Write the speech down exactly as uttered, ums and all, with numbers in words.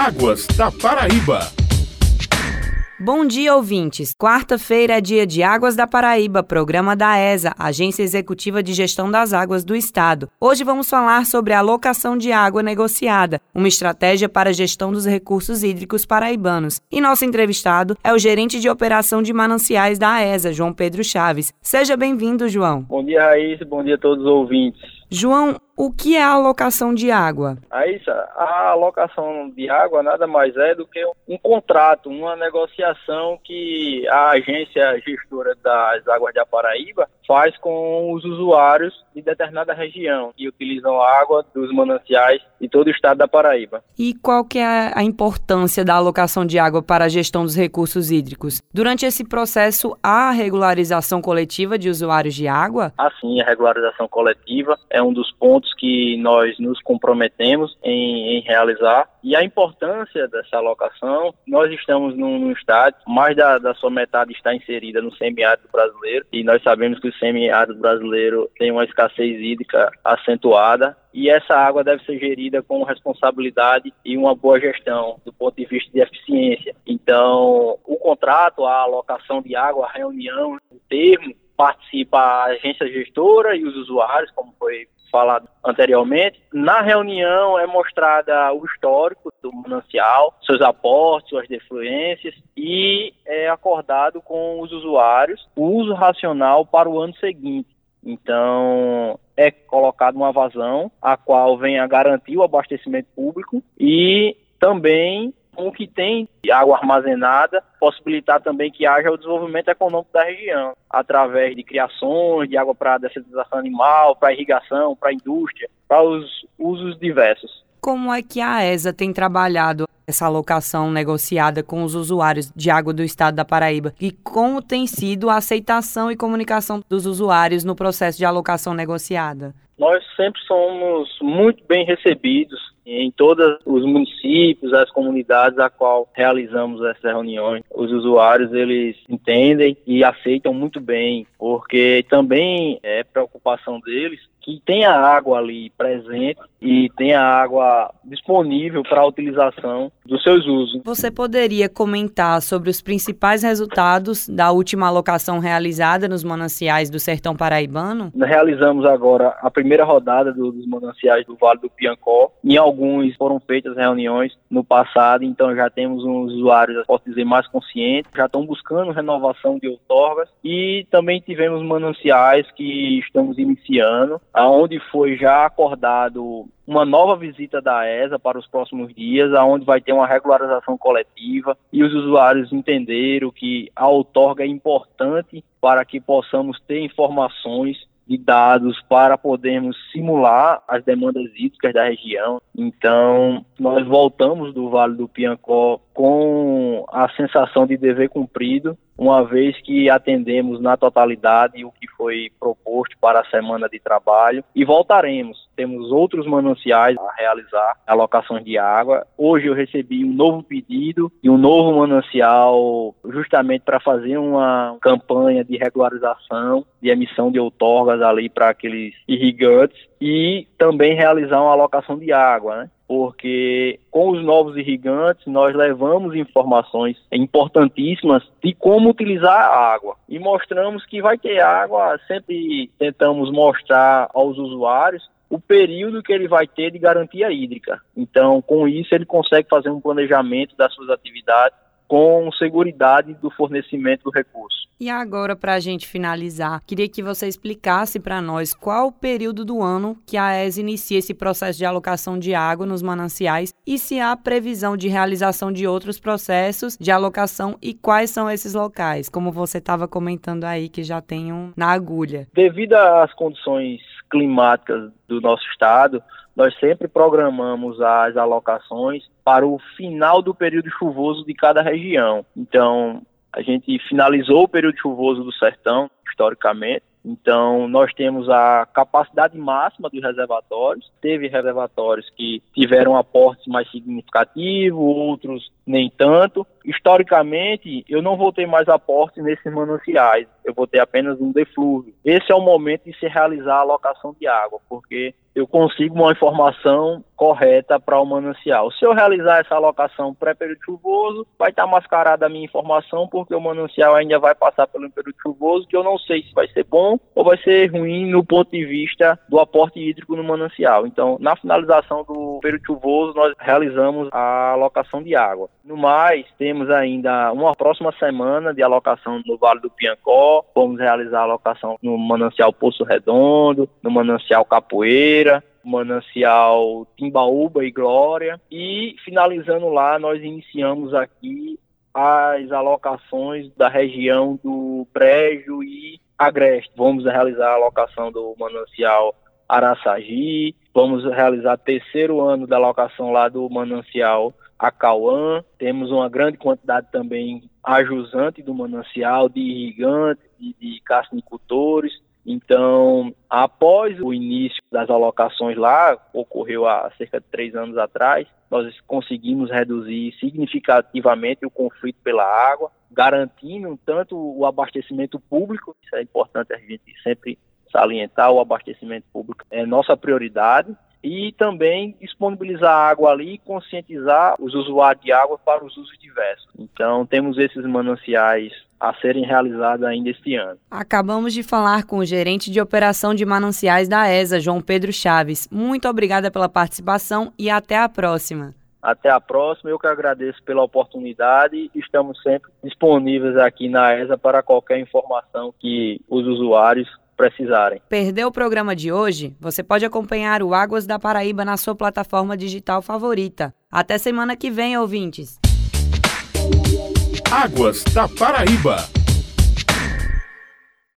Águas da Paraíba. Bom dia, ouvintes. Quarta-feira é dia de Águas da Paraíba, programa da ESA, Agência Executiva de Gestão das Águas do Estado. Hoje vamos falar sobre a alocação de água negociada, uma estratégia para a gestão dos recursos hídricos paraibanos. E nosso entrevistado é o gerente de operação de mananciais da ESA, João Pedro Chaves. Seja bem-vindo, João. Bom dia, Raíssa. Bom dia a todos os ouvintes. João, o que é a alocação de água? Raíssa, a alocação de água nada mais é do que um contrato, uma negociação que a agência gestora das Águas da Paraíba faz com os usuários de determinada região que utilizam a água dos mananciais de todo o estado da Paraíba. E qual que é a importância da alocação de água para a gestão dos recursos hídricos? Durante esse processo, há regularização coletiva de usuários de água? Assim, a regularização coletiva é um dos pontos que nós nos comprometemos em, em realizar. E a importância dessa alocação, nós estamos num, num estado, mais da, da sua metade está inserida no semiárido brasileiro, e nós sabemos que o semiárido brasileiro tem uma escassez hídrica acentuada, e essa água deve ser gerida com responsabilidade e uma boa gestão do ponto de vista de eficiência. Então, o contrato, a alocação de água, a reunião, o termo, participa a agência gestora e os usuários, como foi falado anteriormente. Na reunião é mostrada o histórico do manancial, seus aportes, suas defluências, e é acordado com os usuários o uso racional para o ano seguinte. Então, é colocada uma vazão, a qual vem a garantir o abastecimento público e também com o que tem de água armazenada, possibilitar também que haja o desenvolvimento econômico da região, através de criações de água para dessalinização animal, para irrigação, para indústria, para os usos diversos. Como é que a ESA tem trabalhado essa alocação negociada com os usuários de água do estado da Paraíba? E como tem sido a aceitação e comunicação dos usuários no processo de alocação negociada? Nós sempre somos muito bem recebidos em todos os municípios, as comunidades a qual realizamos essas reuniões. Os usuários, eles entendem e aceitam muito bem, porque também é preocupação deles que tenha água ali presente e tenha água disponível para a utilização dos seus usos. Você poderia comentar sobre os principais resultados da última alocação realizada nos mananciais do Sertão Paraibano? Realizamos agora a primeira rodada do, dos mananciais do Vale do Piancó. Em alguns foram feitas reuniões no passado, então já temos uns usuários, posso dizer, mais conscientes, já estão buscando renovação de outorgas, e também tivemos mananciais que estamos iniciando, aonde foi já acordado uma nova visita da ESA para os próximos dias, aonde vai ter uma regularização coletiva, e os usuários entenderam que a outorga é importante para que possamos ter informações de dados para podermos simular as demandas hídricas da região. Então, nós voltamos do Vale do Piancó com a sensação de dever cumprido, uma vez que atendemos na totalidade o que foi proposto para a semana de trabalho, e voltaremos. Temos outros mananciais a realizar alocações de água. Hoje eu recebi um novo pedido e um novo manancial justamente para fazer uma campanha de regularização, de emissão de outorgas ali para aqueles irrigantes, e também realizar uma alocação de água, né? Porque com os novos irrigantes nós levamos informações importantíssimas de como utilizar a água, e mostramos que vai ter água. Sempre tentamos mostrar aos usuários o período que ele vai ter de garantia hídrica. Então, com isso, ele consegue fazer um planejamento das suas atividades com seguridade do fornecimento do recurso. E agora, para a gente finalizar, queria que você explicasse para nós qual o período do ano que a ESA inicia esse processo de alocação de água nos mananciais, e se há previsão de realização de outros processos de alocação, e quais são esses locais, como você estava comentando aí, que já tem um na agulha. Devido às condições climáticas do nosso estado, nós sempre programamos as alocações para o final do período chuvoso de cada região. Então, a gente finalizou o período chuvoso do sertão, historicamente. Então, nós temos a capacidade máxima dos reservatórios. Teve reservatórios que tiveram aportes mais significativos, outros nem tanto. Historicamente, eu não vou ter mais aporte nesses mananciais, eu vou ter apenas um deflúvio. Esse é o momento de se realizar a alocação de água, porque eu consigo uma informação correta para o manancial. Se eu realizar essa alocação pré-período chuvoso, vai estar mascarada a minha informação, porque o manancial ainda vai passar pelo período chuvoso, que eu não sei se vai ser bom ou vai ser ruim no ponto de vista do aporte hídrico no manancial. Então, na finalização do período chuvoso, nós realizamos a alocação de água. No mais, temos ainda uma próxima semana de alocação no Vale do Piancó. Vamos realizar a alocação no manancial Poço Redondo, no manancial Capoeira, manancial Timbaúba e Glória, e finalizando lá, nós iniciamos aqui as alocações da região do Brejo e Agreste. Vamos realizar a alocação do manancial Araçagi, vamos realizar terceiro ano da alocação lá do manancial Acauã. Temos uma grande quantidade também ajusante do manancial, de irrigantes, de, de carcinicultores. Então, após o início das alocações lá, ocorreu há cerca de três anos atrás, nós conseguimos reduzir significativamente o conflito pela água, garantindo tanto o abastecimento público, isso é importante a gente sempre salientar, o abastecimento público é nossa prioridade, e também disponibilizar água ali e conscientizar os usuários de água para os usos diversos. Então, temos esses mananciais a serem realizados ainda este ano. Acabamos de falar com o gerente de operação de mananciais da E S A, João Pedro Chaves. Muito obrigada pela participação e até a próxima. Até a próxima, eu que agradeço pela oportunidade. Estamos sempre disponíveis aqui na E S A para qualquer informação que os usuários precisarem. Perdeu o programa de hoje? Você pode acompanhar o Águas da Paraíba na sua plataforma digital favorita. Até semana que vem, ouvintes! Águas da Paraíba.